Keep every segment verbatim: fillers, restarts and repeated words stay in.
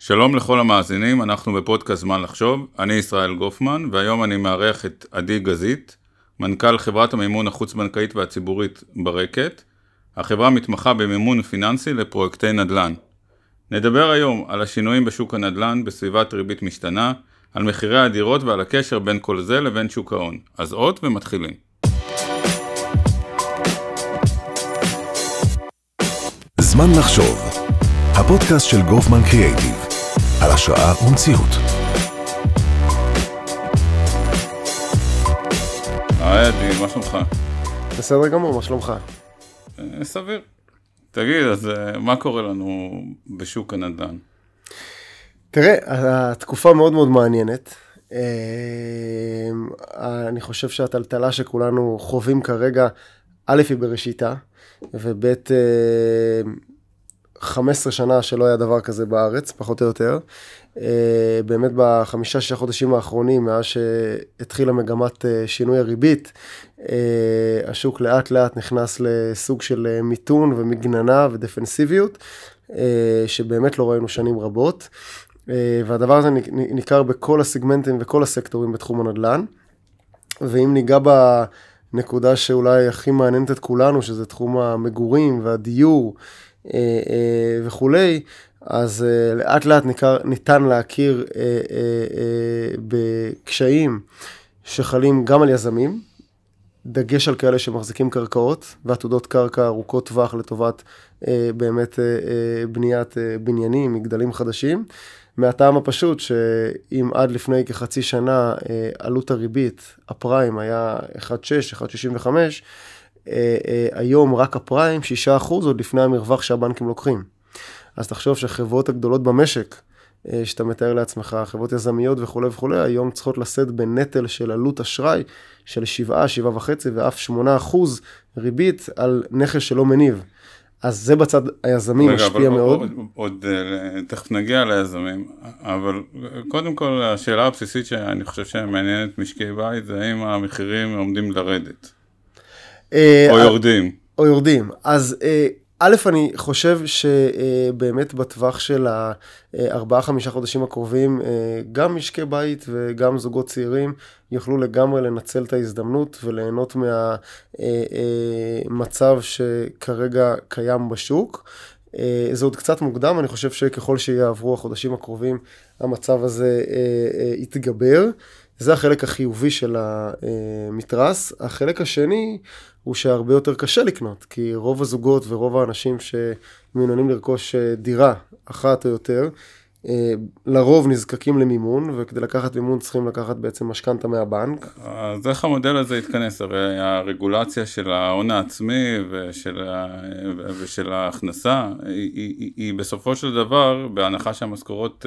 שלום לכל המאזינים, אנחנו בפודקאסט זמן לחשוב, אני ישראל גופמן, והיום אני מארח את עדי גזית, מנכ"ל חברת המימון החוץ-בנקאית והציבורית ברקת. החברה מתמחה במימון פיננסי לפרויקטי נדל"ן. נדבר היום על השינויים בשוק הנדל"ן בסביבת ריבית משתנה, על מחירי הדירות ועל הקשר בין כל זה לבין שוק ההון. אז עוד ומתחילים. זמן לחשוב, הפודקאסט של גופמן קריאייטיב, על השראה ומציאות. היי עדי, מה שלומך? בסדר גמור, מה שלומך? סביר. תגיד, אז מה קורה לנו בשוק הנדל"ן? תראה, התקופה מאוד מאוד מעניינת. אני חושב שהטלטלה שכולנו חווים כרגע, א' היא בראשיתה, וב' חמש עשרה שנה שלא היה דבר כזה בארץ, פחות או יותר. באמת בחמישה שישה חודשים האחרונים, מאז שהתחילה מגמת שינוי הריבית, השוק לאט לאט נכנס לסוג של מיתון ומגננה ודפנסיביות, שבאמת לא ראינו שנים רבות. והדבר הזה ניכר בכל הסגמנטים וכל הסקטורים בתחום הנדל"ן. ואם ניגע בנקודה שאולי הכי מעניינת את כולנו, שזה תחום המגורים והדיור, וכולי, אז לאט לאט ניתן להכיר בקשיים שחלים גם על יזמים, דגש על כאלה שמחזיקים קרקעות ועתודות קרקע ארוכות טווח לטובת באמת בניית בניינים, מגדלים חדשים, מהטעם הפשוט שאם עד לפני כחצי שנה עלות הריבית, הפריים היה אחת נקודה שש, אחת נקודה שישים וחמש, היום רק הפריים שישה אחוז עוד לפני המרווח שהבנקים לוקחים. אז תחשוב שהחברות הגדולות במשק, שאתה מתאר לעצמך, חברות יזמיות וכו' וכו', היום צריכות לשאת בנטל של עלות אשראי של שבעה, שבעה וחצי ואף שמונה אחוז ריבית על נכס שלא מניב. אז זה בצד היזמים משפיע מאוד. עוד, עוד תכף נגיע ליזמים, אבל קודם כל השאלה הבסיסית שאני חושב שמעניינת משקי בית, זה האם המחירים עומדים לרדת. או יורדים. או יורדים. אז א', אני חושב שבאמת בטווח של הארבעה, חמישה חודשים הקרובים, גם משקי בית וגם זוגות צעירים יוכלו לגמרי לנצל את ההזדמנות וליהנות מהמצב שכרגע קיים בשוק. זה עוד קצת מוקדם, אני חושב שככל שיעברו החודשים הקרובים, המצב הזה יתגבר. זה החלק החיובי של המתרס. החלק השני הוא שהרבה יותר קשה לקנות, כי רוב הזוגות ורוב האנשים שמעוניינים לרכוש דירה אחת או יותר, לרוב נזקקים למימון, וכדי לקחת מימון צריכים לקחת בעצם משכנתא מהבנק. אז איך המודל הזה יתכנס? הרי הרגולציה של ההון העצמי ושל, ושל ההכנסה, היא, היא, היא בסופו של דבר, בהנחה שהמשכורות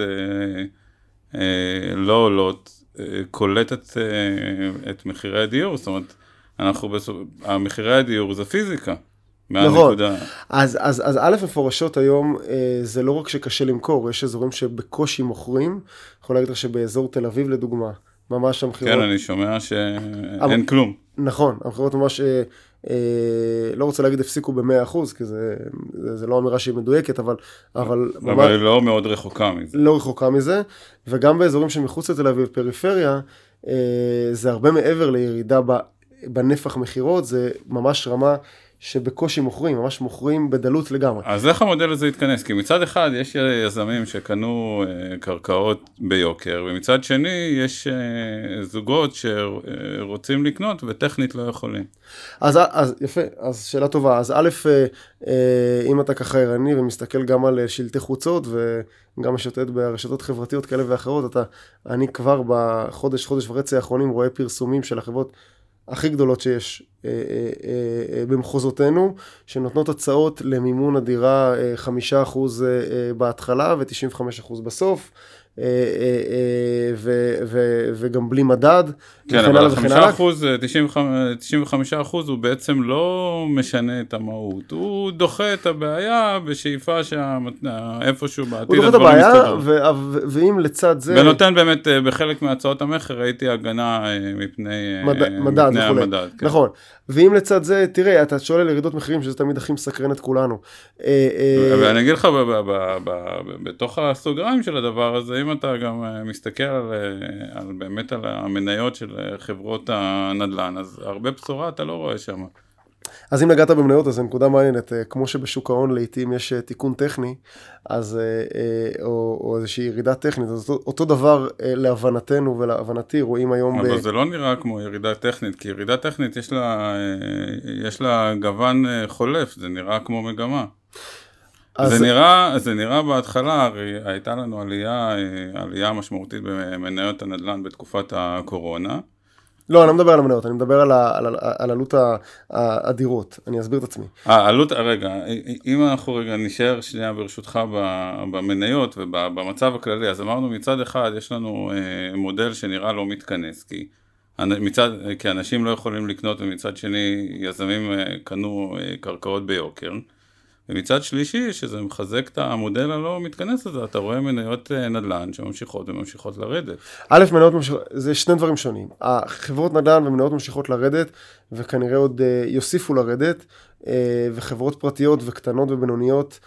לא עולות, קולטת את מחירי הדיור, זאת אומרת, אנחנו בסוף, המחירי הדיור זה פיזיקה. נכון. אז, אז, אז א' מפורשות היום, זה לא רק שקשה למכור, יש אזורים שבקושי מוכרים, יכול להגיד לך שבאזור תל אביב לדוגמה, ממש המחירות... כן, אני שומע שאין כלום. נכון, המחירות ממש, לא רוצה להגיד הפסיקו ב-מאה אחוז, כי זה, זה לא אמירה שהיא מדויקת, אבל... אבל, אבל היא לא מאוד רחוקה מזה. לא רחוקה מזה, וגם באזורים שמחוץ לתל אביב, פריפריה, זה הרבה מעבר לירידה בנפח מחירות, זה ממש רמה שבקושי מוכרים, ממש מוכרים בדלות לגמרי. אז איך המודל הזה יתכנס? כי מצד אחד יש יזמים שקנו קרקעות ביוקר, ומצד שני יש זוגות שרוצים לקנות וטכנית לא יכולים. אז, אז יפה, אז שאלה טובה. אז א', אם אתה ככה ערני ומסתכל גם על שלטי חוצות וגם משוטט ברשתות חברתיות כאלה ואחרות, אתה, אני כבר בחודש, חודש וחצי האחרונים רואה פרסומים של החברות הכי גדולות שיש אה, אה, אה, במחוזותינו, שנותנות הצעות למימון הדירה אה, חמישה אחוז אה, אה, בהתחלה ו-תשעים וחמישה אחוז בסוף, אה, אה, אה, ו, ו, וגם בלי מדד. כן, אבל חמישה אחוז, תשעים וחמישה אחוז הוא בעצם לא משנה את המהות, הוא דוחה את הבעיה בשאיפה שאיפשהו בעתיד הדברים מסתדרו. ואם לצד זה... ונותן באמת בחלק מהצעות המחר ראיתי הגנה מפני מדד, המדד. נכון, ואם לצד זה, תראה, אתה שואל על ירידות מחירים, שזה תמיד הכי מסקרן את כולנו. ואני אגיד לך, בתוך הסוגריים של הדבר הזה, אם אתה גם מסתכל על באמת על המניות של חברות הנדל"ן, אז הרבה בשורה אתה לא רואה שם. אז אם נגעת במניות, אז זו נקודה מעניינת, כמו שבשוק ההון לעתים יש תיקון טכני, אז, או, או איזושהי ירידה טכנית, אז אותו, אותו דבר להבנתנו ולהבנתי רואים היום... אבל ב... זה לא נראה כמו ירידה טכנית, כי ירידה טכנית יש לה, יש לה גוון חולף, זה נראה כמו מגמה. אז... זה נראה, זה נראה בהתחלה, הרי הייתה לנו עלייה, עלייה משמעותית במניות הנדל"ן בתקופת הקורונה, לא, אני לא מדבר על המניות, אני מדבר על, ה, על, על עלות הדירות. אני אסביר את עצמי. העלות, רגע, אם אנחנו רגע נשאר שנייה ברשותך במניות ובמצב הכללי, אז אמרנו מצד אחד יש לנו מודל שנראה לא מתכנס, כי, מצד, כי אנשים לא יכולים לקנות, ומצד שני יזמים קנו קרקעות ביוקר. ומצד שלישי, שזה מחזק את המודל הלא מתכנס הזה, אתה רואה מניות נדל"ן שממשיכות וממשיכות לרדת. א', מניות ממשיכות, זה שני דברים שונים. החברות נדל"ן ומניות ממשיכות לרדת, וכנראה עוד יוסיפו לרדת, וחברות פרטיות וקטנות ובינוניות,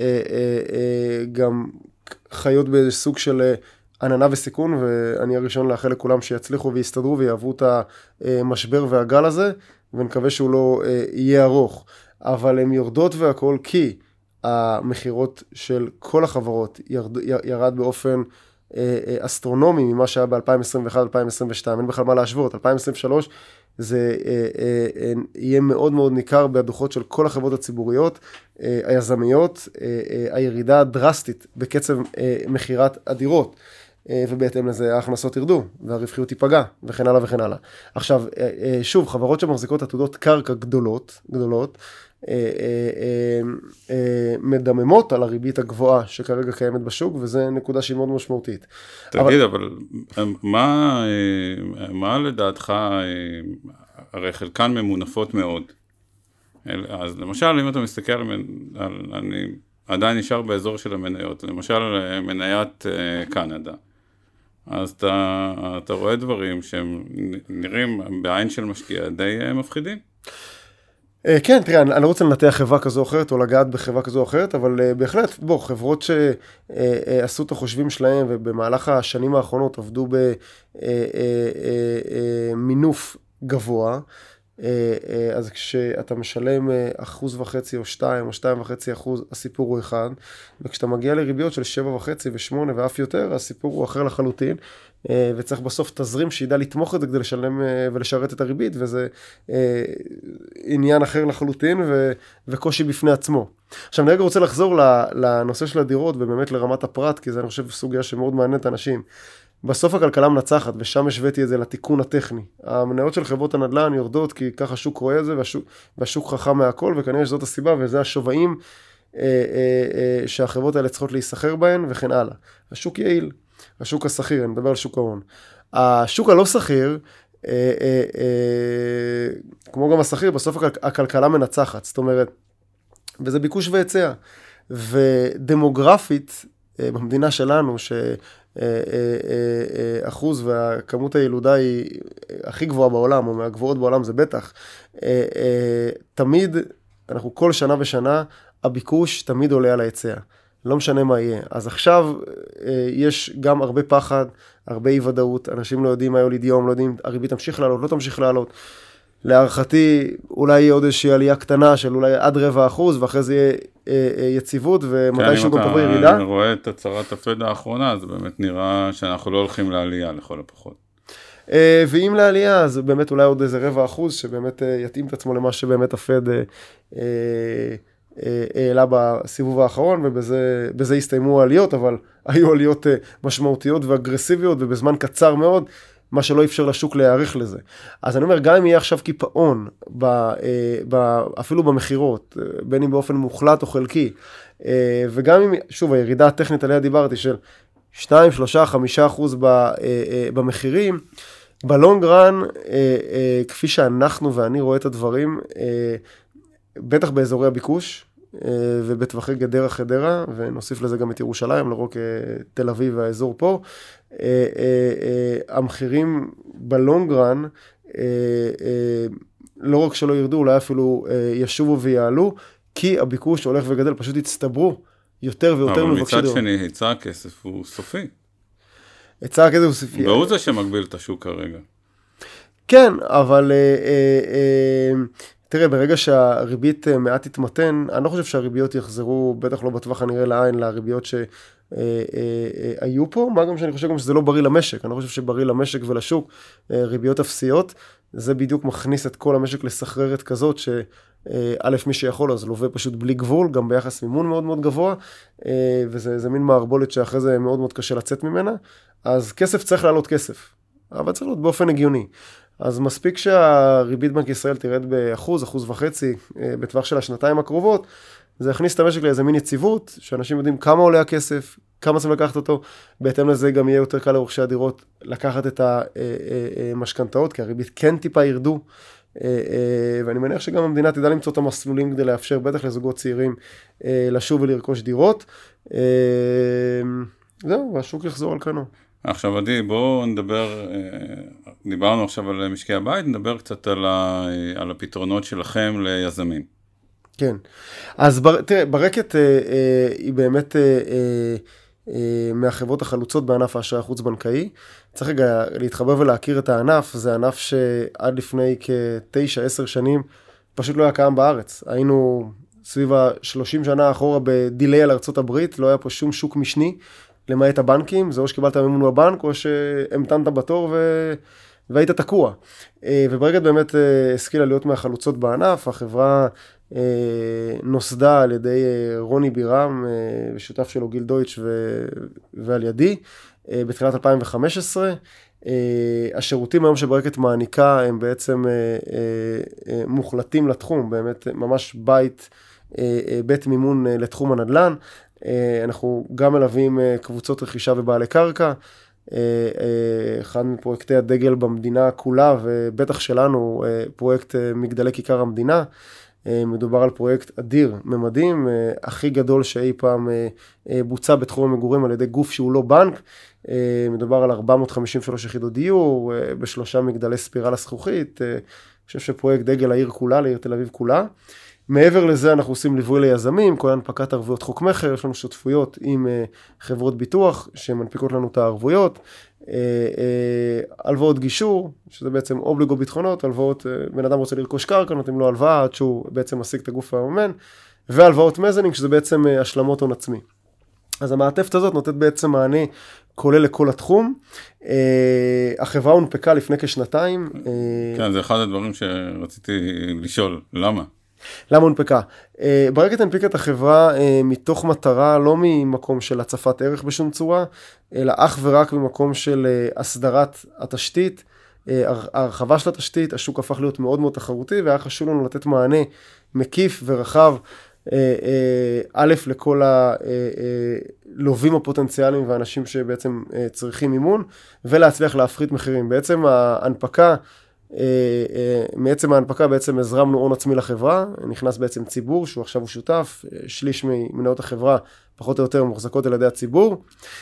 גם חיות באיזה סוג של עננה וסיכון, ואני הראשון לאחל לכולם שיצליחו ויסתדרו ויעברו את המשבר והגל הזה, ונקווה שהוא לא יהיה ארוך. אבל הן יורדות והכל כי המחירות של כל החברות ירד, ירד באופן אה, אה, אסטרונומי ממה שהיה ב-אלפיים עשרים ואחת אלפיים עשרים ושתיים, אין בכלל מה להשוות, אלפיים עשרים ושלוש זה אה, אה, אה, יהיה מאוד מאוד ניכר בדוחות של כל החברות הציבוריות, אה, היזמיות, אה, אה, הירידה דרסטית בקצב אה, מחירת הדירות. ובהתאם לזה ההכנסות ירדו, והרווחיות תיפגע, וכן הלאה וכן הלאה. עכשיו, שוב, חברות שמחזיקות עתודות קרקע גדולות, גדולות, מדממות על הריבית הגבוהה שכרגע קיימת בשוק, וזה נקודה שהיא מאוד משמעותית. תגיד, אבל מה, מה לדעתך, הרי חלקן ממונפות מאוד. אז למשל, אם אתה מסתכל על, אני עדיין נשאר באזור של המניות, למשל מניית קנדה. אז אתה, אתה רואה דברים שהם נראים בעין של משקיע די מפחידים. כן, תראה, אני לא רוצה לנתח חברה כזו או אחרת, או לגעת בחברה כזו או אחרת, אבל בהחלט, בוא, חברות שעשו את החושבים שלהם, ובמהלך השנים האחרונות עבדו במינוף גבוה, אז כשאתה משלם אחוז וחצי או שתיים או שתיים וחצי אחוז, הסיפור הוא אחד, וכשאתה מגיע לריביות של שבע וחצי ושמונה ואף יותר, הסיפור הוא אחר לחלוטין, וצריך בסוף תזרים שידע לתמוך את זה כדי לשלם ולשרת את הריבית, וזה עניין אחר לחלוטין וקושי בפני עצמו. עכשיו אני רגע רוצה לחזור לנושא של הדירות, ובאמת לרמת הפרט, כי זה אני חושב סוגיה שמאוד מעניינת אנשים. בסוף הכלכלה מנצחת, ושם השוויתי את זה לתיקון הטכני. המניות של חברות הנדל"ן יורדות, כי ככה השוק רואה את זה, והשוק, והשוק חכם מהכל, וכנראה שזאת הסיבה, וזה השוואים אה, אה, אה, שהחברות האלה צריכות להיסחר בהן, וכן הלאה. השוק יעיל, השוק הסחיר, אני מדבר על שוק ההון. השוק הלא סחיר, אה, אה, אה, כמו גם הסחיר, בסוף הכלכלה מנצחת, זאת אומרת, וזה ביקוש והיצע. ודמוגרפית, במדינה שלנו, שאחוז והכמות הילודה היא הכי גבוהה בעולם, או מהגבוהות בעולם זה בטח, תמיד, אנחנו כל שנה ושנה, הביקוש תמיד עולה על ההיצע. לא משנה מה יהיה. אז עכשיו יש גם הרבה פחד, הרבה אי ודאות, אנשים לא יודעים מה יוליד יום, לא יודעים, הריבית תמשיך לעלות, לא תמשיך לעלות. להערכתי, אולי יהיה עוד איזושהי עלייה קטנה של אולי עד רבע אחוז, ואחרי זה יהיה אה, אה, יציבות, ומתישהו גם תבוא ירידה. אם אתה רואה את הצהרת הפד האחרונה, זה באמת נראה שאנחנו לא הולכים לעלייה לכל הפחות. אה, ואם לעלייה, אז באמת אולי עוד איזה רבע אחוז, שבאמת אה, יתאים את עצמו למה שבאמת הפד אה, אה, העלה בסיבוב האחרון, ובזה בזה הסתיימו העליות, אבל היו עליות אה, משמעותיות ואגרסיביות, ובזמן קצר מאוד, מה שלא אפשר לשוק להיערך לזה. אז אני אומר, גם אם יהיה עכשיו קיפאון, ב, ב, אפילו במחירות, בין אם באופן מוחלט או חלקי, וגם אם, שוב, הירידה הטכנית עליה דיברתי, של שתיים, שלושה, חמישה אחוז במחירים, בלונג רן, כפי שאנחנו ואני רואה את הדברים, בטח באזורי הביקוש, ובטווחי גדרה חדרה, ונוסיף לזה גם את ירושלים, לא רק תל אביב והאזור פה, המחירים בלונגרן לא רק שלא ירדו, אולי אפילו ישובו ויעלו, כי הביקוש הולך וגדל, פשוט יצטברו יותר ויותר מבקשי דירות. אבל מצד שני, היצע הכסף הוא סופי. היצע הכסף הוא סופי. והוא זה שמגביל את השוק כרגע. כן, אבל תראה, ברגע שהריבית מעט תתמתן, אני לא חושב שהריביות יחזרו, בטח לא בטווח הנראה לעין, לריביות שהיו פה, מה גם שאני חושב גם שזה לא בריא למשק, אני לא חושב שבריא למשק ולשוק, ריביות אפסיות, זה בדיוק מכניס את כל המשק לסחררת כזאת, שא' מי שיכול, אז לווה פשוט בלי גבול, גם ביחס מימון מאוד מאוד גבוה, וזה מין מערבולת שאחרי זה מאוד מאוד קשה לצאת ממנה, אז כסף צריך לעלות כסף, אבל צריך להיות באופן הגיוני. אז מספיק שהריבית בנק ישראל תרד באחוז, אחוז וחצי, בטווח של השנתיים הקרובות, זה יכניס את המשק לאיזה מין יציבות, שאנשים יודעים כמה עולה הכסף, כמה צריכים לקחת אותו, בהתאם לזה גם יהיה יותר קל לרוכשי הדירות לקחת את המשכנתאות, כי הריבית כן טיפה ירדו, ואני מניח שגם המדינה תדע למצוא את המסלולים כדי לאפשר, בטח לזוגות צעירים, לשוב ולרכוש דירות. זהו, והשוק יחזור על כנו. עכשיו עדי, בואו נדבר, דיברנו עכשיו על משקי הבית, נדבר קצת על, ה, על הפתרונות שלכם ליזמים. כן, אז בר, תראה, ברקת אה, אה, היא באמת אה, אה, מהחברות החלוצות בענף האשראי החוץ-בנקאי. צריך רגע להתחבר ולהכיר את הענף, זה ענף שעד לפני כתשע, עשר שנים פשוט לא היה קיים בארץ. היינו סביב ה-שלושים שנה אחורה בדילי על ארצות הברית, לא היה פה שום שוק משני. למעט הבנקים, זה או שקיבלת מימון בבנק, או שהמתנת בתור ו... והיית תקוע. וברגע באמת השכילה להיות מהחלוצות בענף, החברה נוסדה על ידי רוני בירם, ושותף שלו גיל דויטש ו... ועל ידי, בתחילת אלפיים וחמש עשרה. השירותים היום שברקת מעניקה הם בעצם מוחלטים לתחום, באמת ממש בית, בית מימון לתחום הנדל"ן. אנחנו גם מלווים קבוצות רכישה ובעלי קרקע, אחד מפרויקטי הדגל במדינה כולה, ובטח שלנו, פרויקט מגדלי כיכר המדינה. מדובר על פרויקט אדיר, ממדים, הכי גדול שאי פעם בוצע בתחום המגורים על ידי גוף שהוא לא בנק. מדובר על ארבע מאות חמישים ושלוש יחידות דיור, בשלושה מגדלי ספירלה זכוכית. אני חושב שפרויקט דגל העיר כולה, לעיר תל אביב כולה. מעבר לזה אנחנו עושים ליווי ליזמים, כל הנפקת ערבויות חוק מחר, יש לנו שותפויות עם חברות ביטוח שמנפיקות לנו את הערבויות, הלוואות גישור, שזה בעצם אובליגו ביטחונות, הלוואות, בן אדם רוצה לרכוש קרקע, נותנים לו הלוואה עד שהוא בעצם משיג את הגוף הממן, והלוואות מזנינג, שזה בעצם השלמות הון עצמי. אז המעטפת הזאת נותנת בעצם מענה כולל לכל התחום. החברה הונפקה לפני כשנתיים. כן, זה אחד הדברים שרציתי לשאול, למה? למה הונפקה? ברקת הנפיקה את החברה מתוך מטרה, לא ממקום של הצפת ערך בשום צורה, אלא אך ורק ממקום של הסדרת התשתית, הרחבה של התשתית. השוק הפך להיות מאוד מאוד תחרותי, והיה חשוב לנו לתת מענה מקיף ורחב, א' לכל הלווים הפוטנציאליים והאנשים שבעצם צריכים מימון, ולהצליח להפחית מחירים. בעצם ההנפקה, מעצם ההנפקה בעצם הזרמנו הון עצמי לחברה, נכנס בעצם ציבור שהוא עכשיו הוא שותף, שליש ממניות החברה פחות או יותר מוחזקות על ידי הציבור,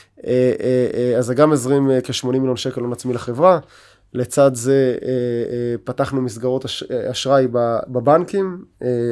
אז זה גם הזרים כ-שמונים מיליון שקל הון עצמי לחברה. לצד זה פתחנו מסגרות אשראי בבנקים,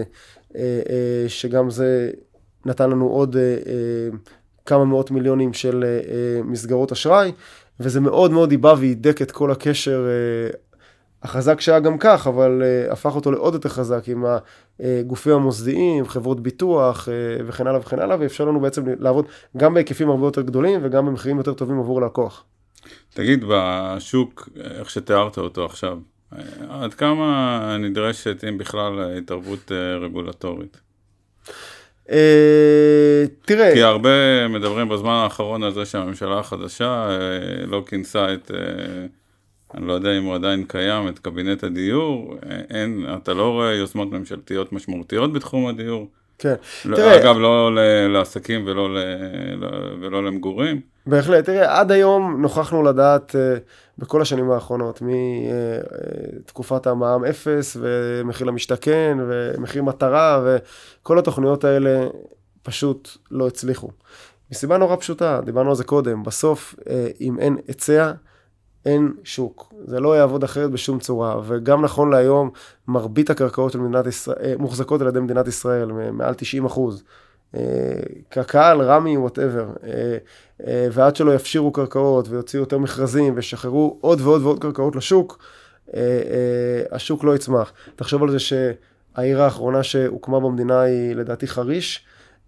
שגם זה נתן לנו עוד כמה מאות מיליונים של מסגרות אשראי, וזה מאוד מאוד היבא והידק את כל הקשר החזק שהיה גם כך, אבל uh, הפך אותו לעוד יותר חזק עם הגופים המוסדיים, חברות ביטוח uh, וכן הלאה וכן הלאה, ואפשר לנו בעצם לעבוד גם בהיקפים הרבה יותר גדולים וגם במחירים יותר טובים עבור לקוח. תגיד, בשוק, איך שתיארת אותו עכשיו, עד כמה נדרשת אם בכלל התערבות רגולטורית? Uh, תראה... כי הרבה מדברים בזמן האחרון על זה שהממשלה החדשה uh, לא כינסה את... Uh, אני לא יודע אם הוא עדיין קיים, את קבינט הדיור, אין, אתה לא רואה יוזמות ממשלתיות משמעותיות בתחום הדיור. כן. לא, תראה, אגב, לא לעסקים ולא, ל, ולא למגורים. בהחלט, תראה, עד היום נוכחנו לדעת בכל השנים האחרונות, מתקופת המע"מ אפס ומחיר למשתכן ומחיר מטרה, וכל התוכניות האלה פשוט לא הצליחו. מסיבה נורא פשוטה, דיברנו על זה קודם, בסוף אם אין היצע, אין שוק. זה לא יעבוד אחרת בשום צורה, וגם נכון להיום, מרבית הקרקעות של מדינת ישראל, מוחזקות על ידי מדינת ישראל, מעל תשעים אחוז. קק"ל, רמי, whatever. ועד שלא יפשירו קרקעות ויוציאו יותר מכרזים ושחררו עוד ועוד ועוד קרקעות לשוק, השוק לא יצמח. תחשוב על זה שהעיר האחרונה שהוקמה במדינה היא לדעתי חריש,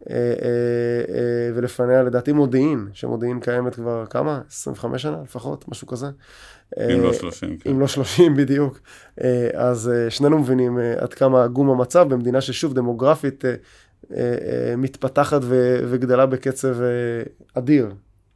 ולפניה לדעתי מודיעין, שמודיעין קיימת כבר כמה? עשרים וחמש שנה לפחות, משהו כזה. אם לא שלושים. אם לא שלושים בדיוק. אז שנינו מבינים עד כמה עגום המצב במדינה ששוב דמוגרפית מתפתחת וגדלה בקצב אדיר.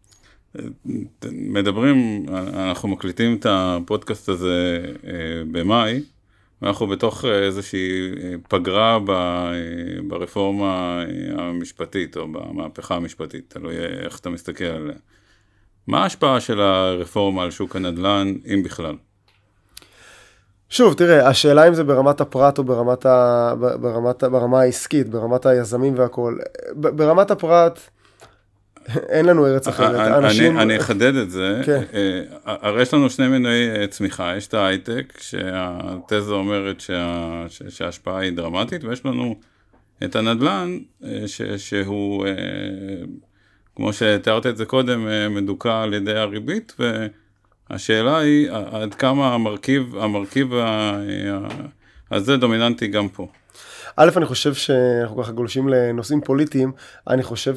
מדברים, אנחנו מקליטים את הפודקאסט הזה במאי, ואנחנו בתוך איזושהי פגרה ברפורמה המשפטית, או במהפכה המשפטית, תלוי איך אתה מסתכל עליה. מה ההשפעה של הרפורמה על שוק הנדל"ן, אם בכלל? שוב, תראה, השאלה אם זה ברמת הפרט או ברמת ה... ברמת... ברמה העסקית, ברמת היזמים והכל. ברמת הפרט, אין לנו ארץ אחרת. אנשים... אני אחדד את זה. כן. הרי יש לנו שני מנועי צמיחה. יש את ההייטק, שהתזה אומרת שה... שההשפעה היא דרמטית, ויש לנו את הנדל"ן, ש... שהוא, כמו שתיארת את זה קודם, מדוקה על ידי הריבית, ו... השאלה היא עד כמה המרכיב, המרכיב הזה דומיננטי גם פה. א', אני חושב שאנחנו ככה גולשים לנושאים פוליטיים, אני חושב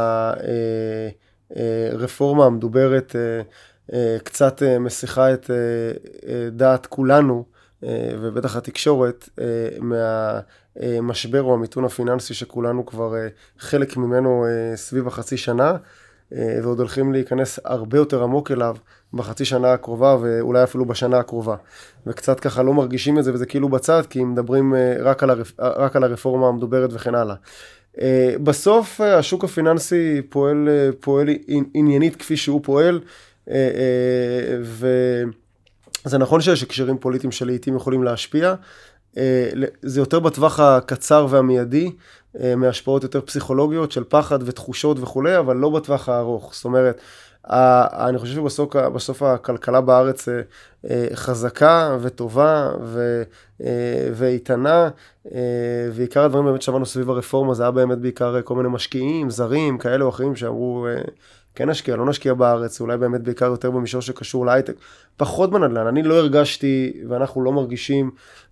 שהרפורמה המדוברת קצת מסיחה את דעת כולנו, ובטח התקשורת, מהמשבר או המיתון הפיננסי שכולנו כבר חלק ממנו סביב החצי שנה, ועוד הולכים להיכנס הרבה יותר עמוק אליו בחצי שנה הקרובה, ואולי אפילו בשנה הקרובה. וקצת ככה לא מרגישים את זה, וזה כאילו בצד, כי מדברים רק על, הרפ... רק על הרפורמה המדוברת וכן הלאה. בסוף השוק הפיננסי פועל, פועל עניינית כפי שהוא פועל, וזה נכון שיש הקשרים פוליטיים שלעיתים יכולים להשפיע, זה יותר בטווח הקצר והמיידי, מהשפעות יותר פסיכולוגיות של פחד ותחושות וכולי, אבל לא בטווח הארוך. זאת אומרת, אני חושב שבסוף בסוף הכלכלה בארץ חזקה וטובה ואיתנה, ועיקר הדברים באמת שמענו סביב הרפורמה, זה היה באמת בעיקר כל מיני משקיעים, זרים, כאלה או אחרים שאמרו, כן נשקיע, לא נשקיע בארץ, אולי באמת בעיקר יותר במישור שקשור להייטק, פחות בנדל"ן. אני לא הרגשתי, ואנחנו לא מרגישים,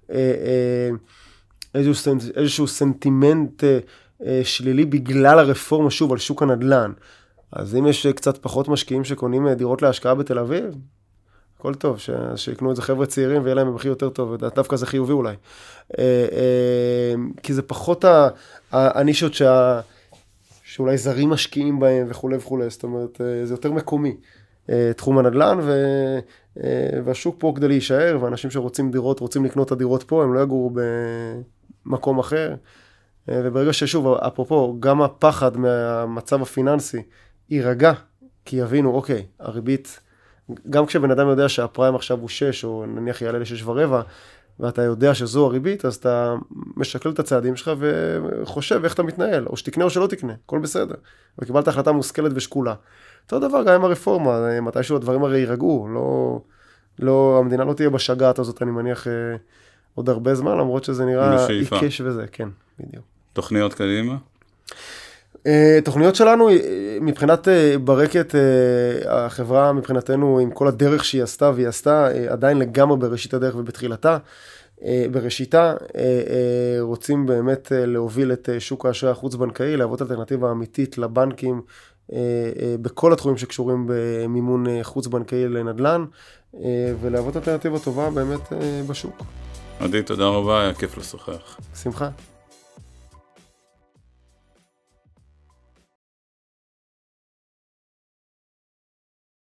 איזשהו, איזשהו סנטימנט שלילי בגלל הרפורמה, שוב, על שוק הנדל"ן. אז אם יש קצת פחות משקיעים שקונים דירות להשקעה בתל אביב, הכל טוב, ש... שיקנו את זה חבר'ה צעירים ויהיה להם במחיר יותר טוב, דווקא זה חיובי אולי. כי זה פחות הנישות שה... שאולי זרים משקיעים בהם וכו' וכו', זאת אומרת, זה יותר מקומי. תחום הנדל"ן, ו... והשוק פה כדי להישאר, ואנשים שרוצים דירות, רוצים לקנות את הדירות פה, הם לא יגורו במקום אחר. וברגע ששוב, אפרופו, גם הפחד מהמצב הפיננסי יירגע, כי יבינו, אוקיי, הריבית, גם כשבן אדם יודע שהפריים עכשיו הוא שש, או נניח יעלה לשש ורבע, ואתה יודע שזו הריבית, אז אתה משקל את הצעדים שלך וחושב איך אתה מתנהל, או שתקנה או שלא תקנה, הכל בסדר. וקיבלת החלטה מושכלת ושקולה. אותו דבר גם עם הרפורמה, מתישהו הדברים הרי יירגעו, לא, לא, המדינה לא תהיה בשגעת הזאת, אני מניח עוד הרבה זמן, למרות שזה נראה עיקש וזה, כן, בדיוק. תוכניות קדימה? תוכניות שלנו, מבחינת ברקת, החברה מבחינתנו עם כל הדרך שהיא עשתה, והיא עשתה עדיין לגמרי בראשית הדרך ובתחילתה. בראשיתה רוצים באמת להוביל את שוק האשראי החוץ-בנקאי, להוות אלטרנטיבה אמיתית לבנקים, בכל התחומים שקשורים במימון חוץ-בנקאי לנדל"ן, ולהוות אלטרנטיבה טובה באמת בשוק. עדי, תודה רבה, היה כיף לשוחח. שמחה.